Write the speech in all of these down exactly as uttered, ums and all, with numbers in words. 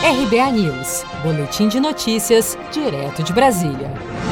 R B A News, boletim de notícias, direto de Brasília.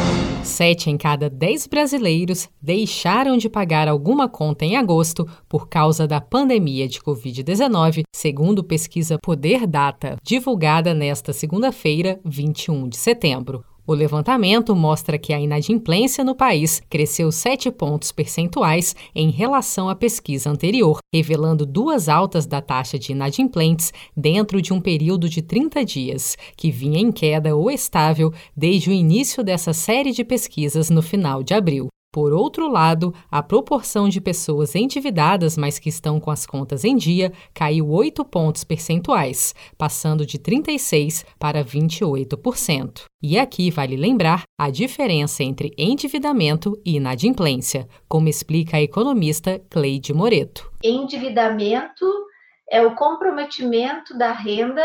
Sete em cada dez brasileiros deixaram de pagar alguma conta em agosto por causa da pandemia de covid dezenove, segundo pesquisa Poder Data, divulgada nesta segunda-feira, vinte e um de setembro. O levantamento mostra que a inadimplência no país cresceu sete pontos percentuais em relação à pesquisa anterior, revelando duas altas da taxa de inadimplentes dentro de um período de trinta dias, que vinha em queda ou estável desde o início dessa série de pesquisas no final de abril. Por outro lado, a proporção de pessoas endividadas, mas que estão com as contas em dia, caiu oito pontos percentuais, passando de trinta e seis por cento para vinte e oito por cento. E aqui vale lembrar a diferença entre endividamento e inadimplência, como explica a economista Cleide Moreto. Endividamento é o comprometimento da renda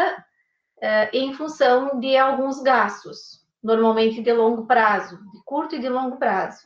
eh, em função de alguns gastos, normalmente de longo prazo, de curto e de longo prazo.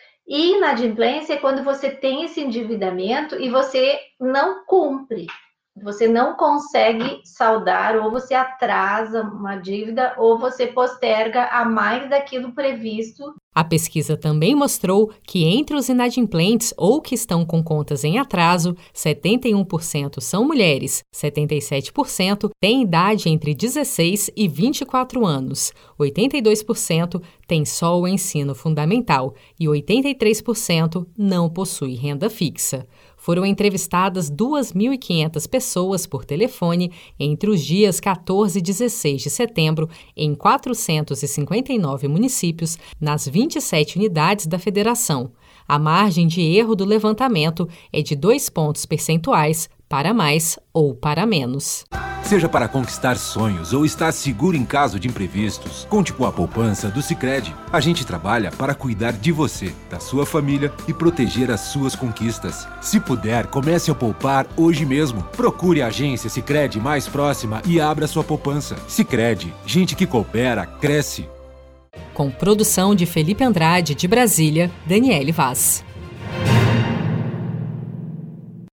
E inadimplência é quando você tem esse endividamento e você não cumpre, você não consegue saldar, ou você atrasa uma dívida, ou você posterga a mais daquilo previsto. A pesquisa também mostrou que entre os inadimplentes ou que estão com contas em atraso, setenta e um por cento são mulheres, setenta e sete por cento têm idade entre dezesseis e vinte e quatro anos, oitenta e dois por cento têm só o ensino fundamental e oitenta e três por cento não possui renda fixa. Foram entrevistadas duas mil e quinhentas pessoas por telefone entre os dias quatorze e dezesseis de setembro em quatrocentos e cinquenta e nove municípios, nas vinte e sete unidades da federação. A margem de erro do levantamento é de dois pontos percentuais para mais ou para menos. Seja para conquistar sonhos ou estar seguro em caso de imprevistos, conte com a poupança do Sicredi. A gente trabalha para cuidar de você, da sua família e proteger as suas conquistas. Se puder, comece a poupar hoje mesmo. Procure a agência Sicredi mais próxima e abra sua poupança. Sicredi, gente que coopera, cresce. Com produção de Felipe Andrade, de Brasília, Daniele Vaz.